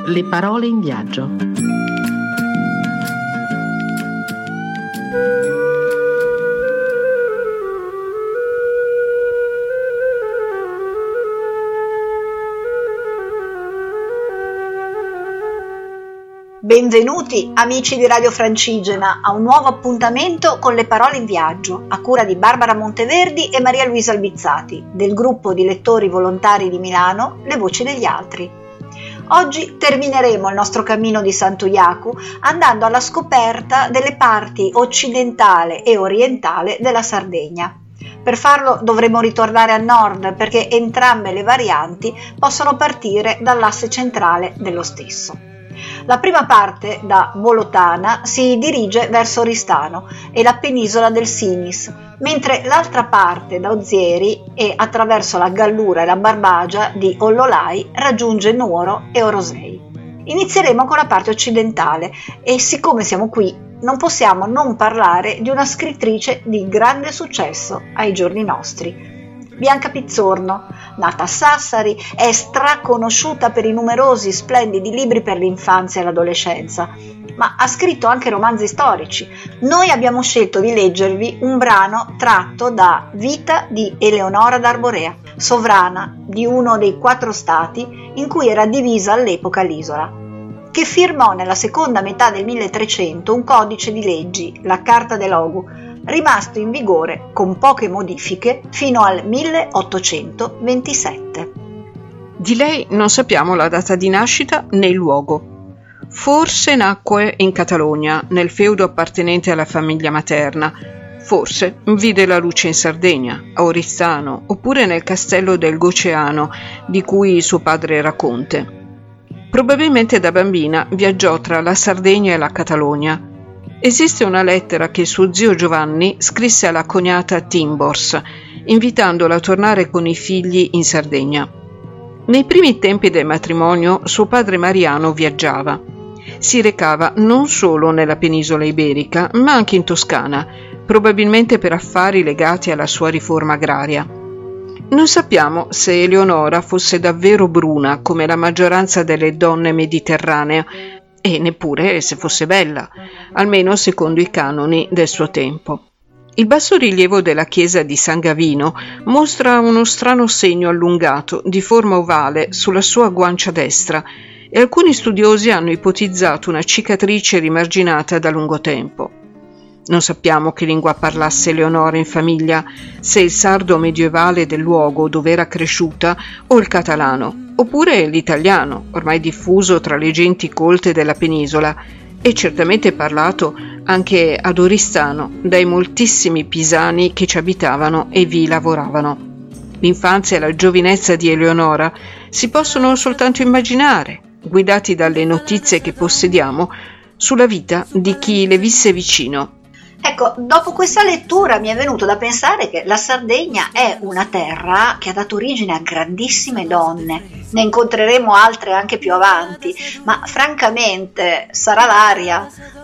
Le parole in viaggio. Benvenuti amici di Radio Francigena a un nuovo appuntamento con Le parole in viaggio, a cura di Barbara Monteverdi e Maria Luisa Albizzati, del gruppo di lettori volontari di Milano Le Voci degli Altri. Oggi termineremo il nostro cammino di Sant'Ujaku andando alla scoperta delle parti occidentale e orientale della Sardegna. Per farlo dovremo ritornare a nord perché entrambe le varianti possono partire dall'asse centrale dello stesso. La prima parte, da Bolotana, si dirige verso Oristano e la penisola del Sinis, mentre l'altra parte, da Ozieri e attraverso la Gallura e la Barbagia di Ollolai, raggiunge Nuoro e Orosei. Inizieremo con la parte occidentale e, siccome siamo qui, non possiamo non parlare di una scrittrice di grande successo ai giorni nostri. Bianca Pizzorno, nata a Sassari, è straconosciuta per i numerosi splendidi libri per l'infanzia e l'adolescenza, ma ha scritto anche romanzi storici. Noi abbiamo scelto di leggervi un brano tratto da Vita di Eleonora d'Arborea, sovrana di uno dei 4 stati in cui era divisa all'epoca l'isola, che firmò nella seconda metà del 1300 un codice di leggi, la Carta dell'Ogu, rimasto in vigore con poche modifiche fino al 1827. Di lei non sappiamo la data di nascita né il luogo. Forse nacque in Catalogna, nel feudo appartenente alla famiglia materna. Forse vide la luce in Sardegna, a Oristano, oppure nel castello del Goceano, di cui suo padre era conte. Probabilmente da bambina viaggiò tra la Sardegna e la Catalogna. Esiste una lettera che suo zio Giovanni scrisse alla cognata Timbors, invitandola a tornare con i figli in Sardegna. Nei primi tempi del matrimonio suo padre Mariano viaggiava. Si recava non solo nella penisola iberica, ma anche in Toscana, probabilmente per affari legati alla sua riforma agraria. Non sappiamo se Eleonora fosse davvero bruna come la maggioranza delle donne mediterranee, e neppure se fosse bella, almeno secondo i canoni del suo tempo. Il bassorilievo della chiesa di San Gavino mostra uno strano segno allungato di forma ovale sulla sua guancia destra e alcuni studiosi hanno ipotizzato una cicatrice rimarginata da lungo tempo. Non sappiamo che lingua parlasse Eleonora in famiglia, se il sardo medievale del luogo dove era cresciuta o il catalano, oppure l'italiano, ormai diffuso tra le genti colte della penisola e certamente parlato anche ad Oristano dai moltissimi pisani che ci abitavano e vi lavoravano. L'infanzia e la giovinezza di Eleonora si possono soltanto immaginare, guidati dalle notizie che possediamo sulla vita di chi le visse vicino. Ecco, dopo questa lettura mi è venuto da pensare che la Sardegna è una terra che ha dato origine a grandissime donne. Ne incontreremo altre anche più avanti, ma francamente sarà l'aria,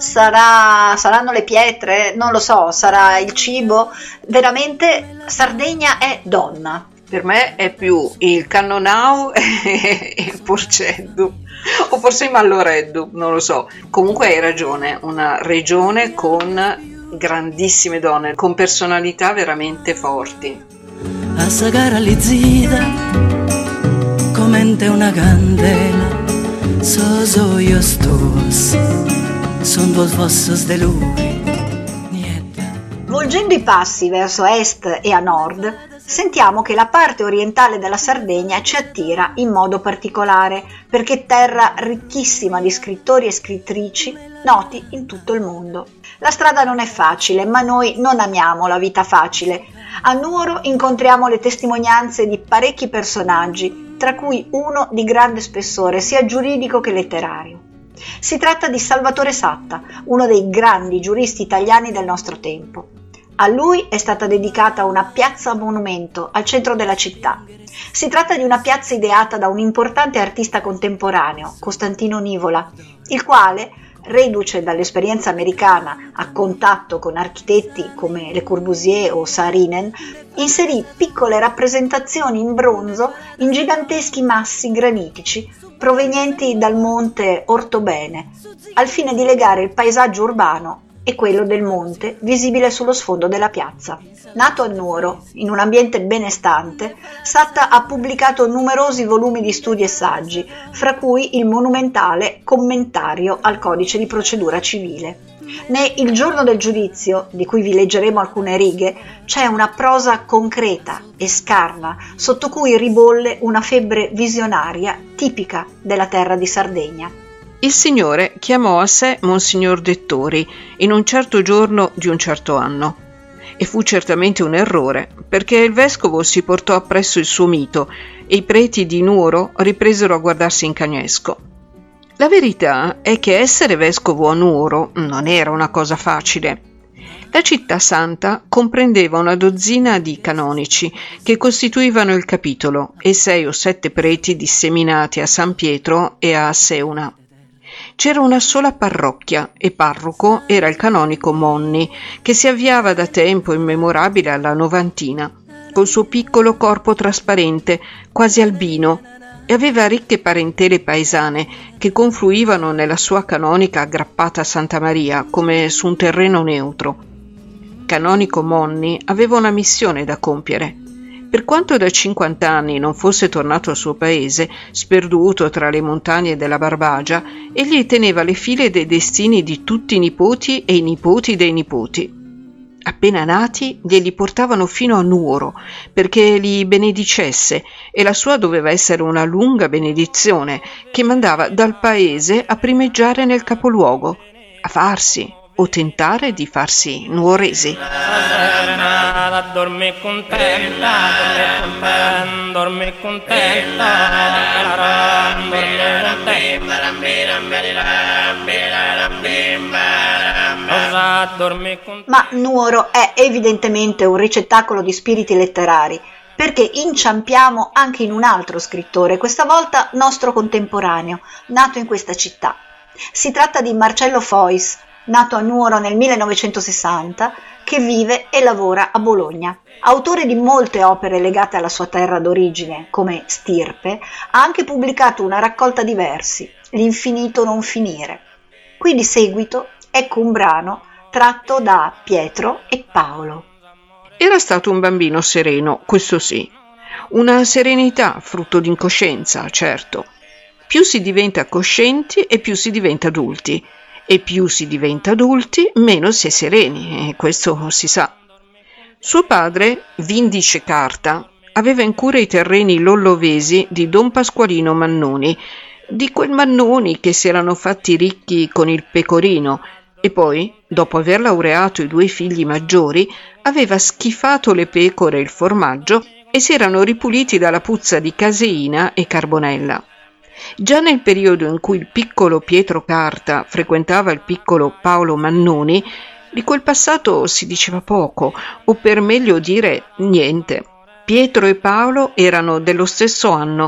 saranno le pietre, non lo so, sarà il cibo. Veramente Sardegna è donna. Per me è più il Cannonau e il Porceddu, o forse il Malloreddu, non lo so. Comunque hai ragione, una regione con grandissime donne, con personalità veramente forti. A sagara all'izzita, commente una candela, so io stos, son due fossos de lui. Volgendo i passi verso est e a nord, sentiamo che la parte orientale della Sardegna ci attira in modo particolare, perché è terra ricchissima di scrittori e scrittrici noti in tutto il mondo. La strada non è facile, ma noi non amiamo la vita facile. A Nuoro incontriamo le testimonianze di parecchi personaggi, tra cui uno di grande spessore sia giuridico che letterario. Si tratta di Salvatore Satta, uno dei grandi giuristi italiani del nostro tempo. A lui è stata dedicata una piazza monumento al centro della città. Si tratta di una piazza ideata da un importante artista contemporaneo, Costantino Nivola, il quale reduce dall'esperienza americana a contatto con architetti come Le Corbusier o Saarinen, inserì piccole rappresentazioni in bronzo in giganteschi massi granitici provenienti dal monte Orthobene, al fine di legare il paesaggio urbano e quello del monte visibile sullo sfondo della piazza. Nato a Nuoro, in un ambiente benestante, Satta ha pubblicato numerosi volumi di studi e saggi, fra cui il monumentale Commentario al Codice di procedura civile. Né Il giorno del giudizio, di cui vi leggeremo alcune righe, c'è una prosa concreta e scarna, sotto cui ribolle una febbre visionaria tipica della terra di Sardegna. Il Signore chiamò a sé Monsignor Dettori in un certo giorno di un certo anno. E fu certamente un errore, perché il vescovo si portò appresso il suo mito e i preti di Nuoro ripresero a guardarsi in cagnesco. La verità è che essere vescovo a Nuoro non era una cosa facile. La città santa comprendeva una dozzina di canonici che costituivano il capitolo e 6 o 7 preti disseminati a San Pietro e a Seuna. C'era una sola parrocchia e parroco era il canonico Monni, che si avviava da tempo immemorabile alla novantina, col suo piccolo corpo trasparente, quasi albino, e aveva ricche parentele paesane che confluivano nella sua canonica aggrappata a Santa Maria come su un terreno neutro. Canonico Monni aveva una missione da compiere. Per quanto da 50 anni non fosse tornato al suo paese, sperduto tra le montagne della Barbagia, egli teneva le file dei destini di tutti i nipoti e i nipoti dei nipoti. Appena nati, glieli portavano fino a Nuoro, perché li benedicesse, e la sua doveva essere una lunga benedizione, che mandava dal paese a primeggiare nel capoluogo, a farsi o tentare di farsi nuoresi. Dormi contenta, dormi contenta. Ma Nuoro è evidentemente un ricettacolo di spiriti letterari, perché inciampiamo anche in un altro scrittore, questa volta nostro contemporaneo, nato in questa città. Si tratta di Marcello Foix, nato a Nuoro nel 1960, che vive e lavora a Bologna. Autore di molte opere legate alla sua terra d'origine, come Stirpe, ha anche pubblicato una raccolta di versi, L'infinito non finire. Qui di seguito ecco un brano tratto da Pietro e Paolo. Era stato un bambino sereno, questo sì. Una serenità frutto d'incoscienza, certo. Più si diventa coscienti e più si diventa adulti. E più si diventa adulti, meno si è sereni, e questo si sa. Suo padre, Vindice Carta, aveva in cura i terreni lollovesi di Don Pasqualino Mannoni, di quel Mannoni che si erano fatti ricchi con il pecorino, e poi, dopo aver laureato i 2 figli maggiori, aveva schifato le pecore e il formaggio e si erano ripuliti dalla puzza di caseina e carbonella. Già nel periodo in cui il piccolo Pietro Carta frequentava il piccolo Paolo Mannoni, di quel passato si diceva poco, o per meglio dire niente. Pietro e Paolo erano dello stesso anno,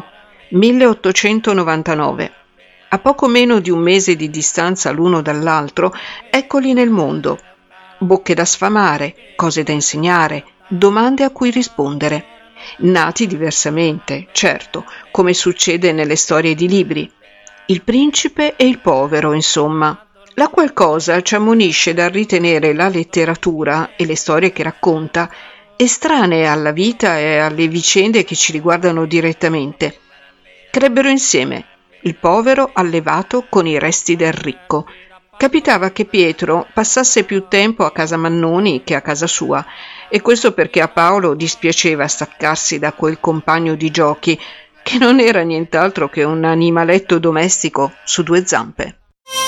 1899. A poco meno di un mese di distanza l'uno dall'altro, eccoli nel mondo. Bocche da sfamare, cose da insegnare, domande a cui rispondere. Nati diversamente, certo, come succede nelle storie di libri. Il principe e il povero, insomma. La qual cosa ci ammonisce dal ritenere la letteratura e le storie che racconta estranee alla vita e alle vicende che ci riguardano direttamente. Crebbero insieme il povero allevato con i resti del ricco. Capitava che Pietro passasse più tempo a casa Mannoni che a casa sua, e questo perché a Paolo dispiaceva staccarsi da quel compagno di giochi, che non era nient'altro che un animaletto domestico su 2 zampe.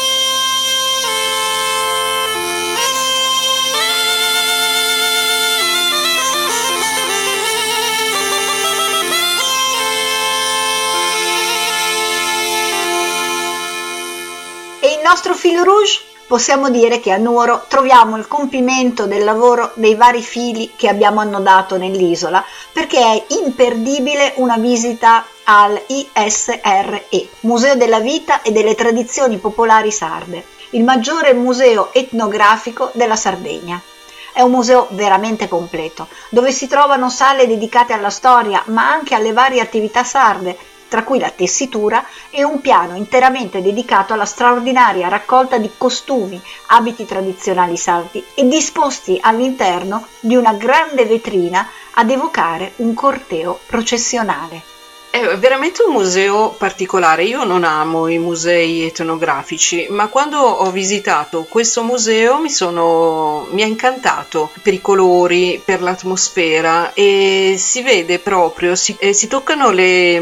Il nostro fil rouge? Possiamo dire che a Nuoro troviamo il compimento del lavoro dei vari fili che abbiamo annodato nell'isola, perché è imperdibile una visita al ISRE, Museo della Vita e delle Tradizioni Popolari Sarde. il maggiore museo etnografico della Sardegna. È un museo veramente completo, dove si trovano sale dedicate alla storia, ma anche alle varie attività sarde, tra cui la tessitura, e un piano interamente dedicato alla straordinaria raccolta di costumi, abiti tradizionali sardi e disposti all'interno di una grande vetrina ad evocare un corteo processionale. È veramente un museo particolare. Io non amo i musei etnografici, ma quando ho visitato questo museo mi ha incantato per i colori, per l'atmosfera, e si vede proprio, si toccano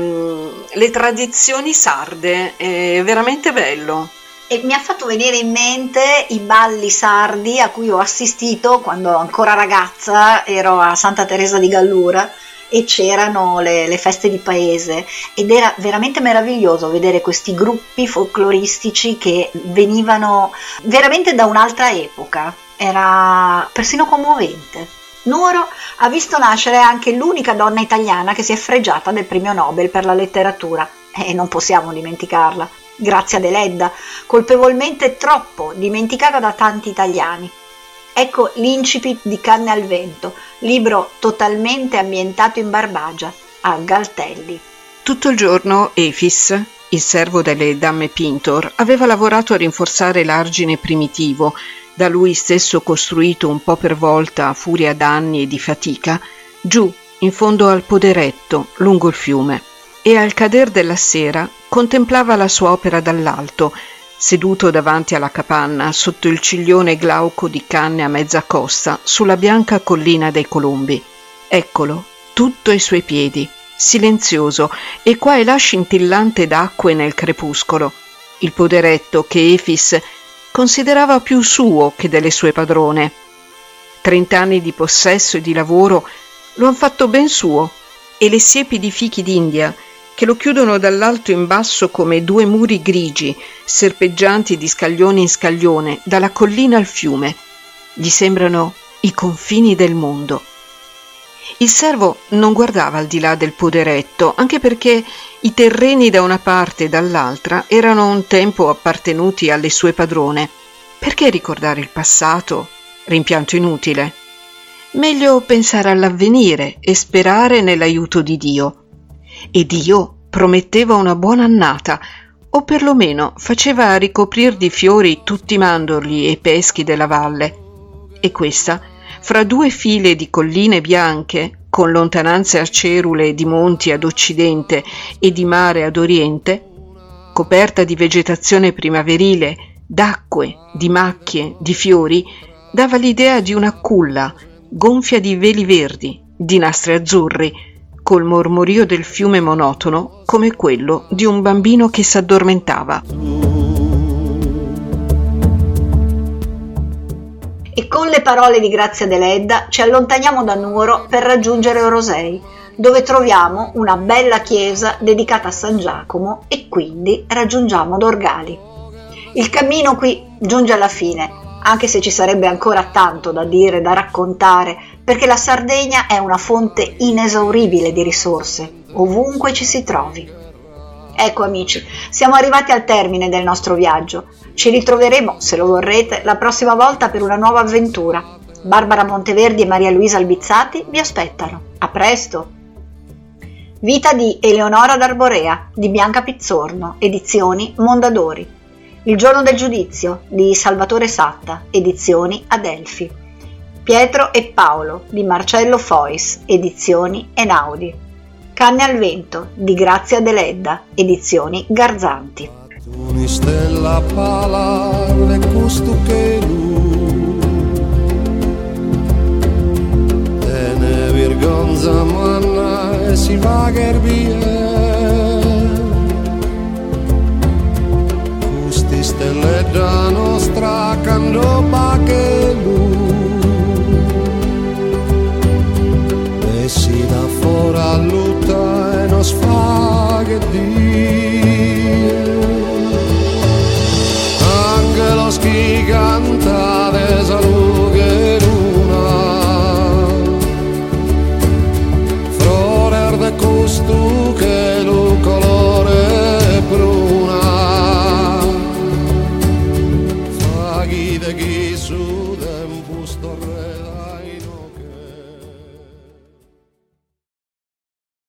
le tradizioni sarde. È veramente bello. E mi ha fatto venire in mente i balli sardi a cui ho assistito quando ancora ragazza ero a Santa Teresa di Gallura e c'erano le feste di paese, ed era veramente meraviglioso vedere questi gruppi folcloristici che venivano veramente da un'altra epoca. Era persino commovente. Nuoro ha visto nascere anche l'unica donna italiana che si è fregiata del premio Nobel per la letteratura, e non possiamo dimenticarla, Grazia Deledda, colpevolmente troppo dimenticata da tanti italiani. Ecco l'incipit di Canne al vento, libro totalmente ambientato in Barbagia, a Galtelli. Tutto il giorno Efis, il servo delle Damme Pintor, aveva lavorato a rinforzare l'argine primitivo, da lui stesso costruito un po' per volta a furia d'anni e di fatica, giù in fondo al poderetto, lungo il fiume, e al cader della sera contemplava la sua opera dall'alto, seduto davanti alla capanna sotto il ciglione glauco di canne a mezza costa sulla bianca collina dei Colombi. Eccolo, tutto ai suoi piedi, silenzioso e qua e là scintillante d'acque nel crepuscolo, il poderetto che Efis considerava più suo che delle sue padrone. 30 anni di possesso e di lavoro lo han fatto ben suo, e le siepi di fichi d'India che lo chiudono dall'alto in basso come due muri grigi, serpeggianti di scaglione in scaglione, dalla collina al fiume. Gli sembrano i confini del mondo. Il servo non guardava al di là del poderetto, anche perché i terreni da una parte e dall'altra erano un tempo appartenuti alle sue padrone. Perché ricordare il passato? Rimpianto inutile. Meglio pensare all'avvenire e sperare nell'aiuto di Dio. E Dio prometteva una buona annata, o perlomeno faceva ricoprir di fiori tutti i mandorli e i peschi della valle. E questa, fra due file di colline bianche, con lontananze acerule di monti ad occidente e di mare ad oriente, coperta di vegetazione primaverile, d'acque, di macchie, di fiori, dava l'idea di una culla gonfia di veli verdi, di nastri azzurri, col mormorio del fiume monotono come quello di un bambino che s'addormentava. E con le parole di Grazia Deledda ci allontaniamo da Nuoro per raggiungere Orosei, dove troviamo una bella chiesa dedicata a San Giacomo e quindi raggiungiamo Dorgali. Il cammino qui giunge alla fine, anche se ci sarebbe ancora tanto da dire, da raccontare, perché la Sardegna è una fonte inesauribile di risorse, ovunque ci si trovi. Ecco amici, siamo arrivati al termine del nostro viaggio. Ci ritroveremo, se lo vorrete, la prossima volta per una nuova avventura. Barbara Monteverdi e Maria Luisa Albizzati vi aspettano. A presto! Vita di Eleonora d'Arborea, di Bianca Pizzorno, edizioni Mondadori. Il giorno del giudizio, di Salvatore Satta, edizioni Adelphi. Pietro e Paolo, di Marcello Fois, edizioni Einaudi. Canne al vento, di Grazia Deledda, edizioni Garzanti. Stella palare custo che lui e ne vergonza manna e si va via custi stelle da nostra cando che lui e si da fuori a lutta e non sfaghe di